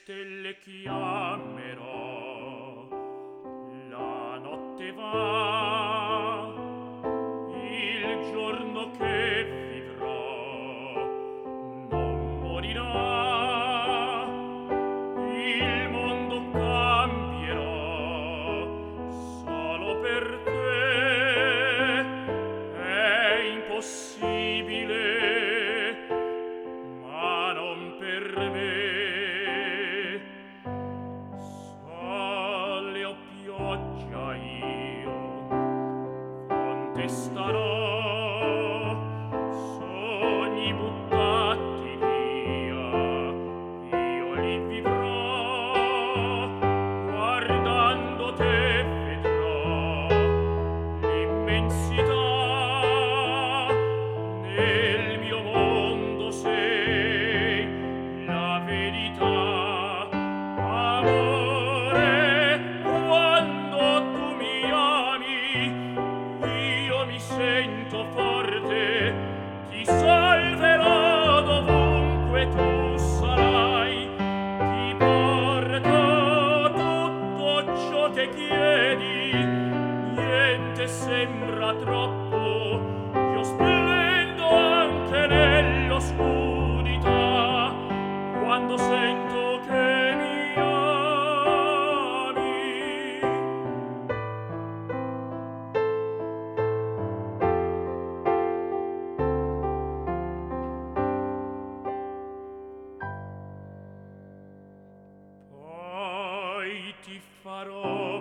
stelle chiamerò, la notte va, il giorno che vivrò non morirà, il mondo cambierà solo per te, è impossibile, ma non per me. Sole o pioggia io contestarò, sogni buttati via io li vivrò, guardando te vedrò l'immensità, nel mio mondo sei la verità. Amore, quando tu mi ami, io mi sento forte, ti salverò dovunque tu sarai, ti porto tutto ciò che chiedi, niente sembra troppo, io splendo anche nell'oscurità, quando sento che mi ami. Poi ti farò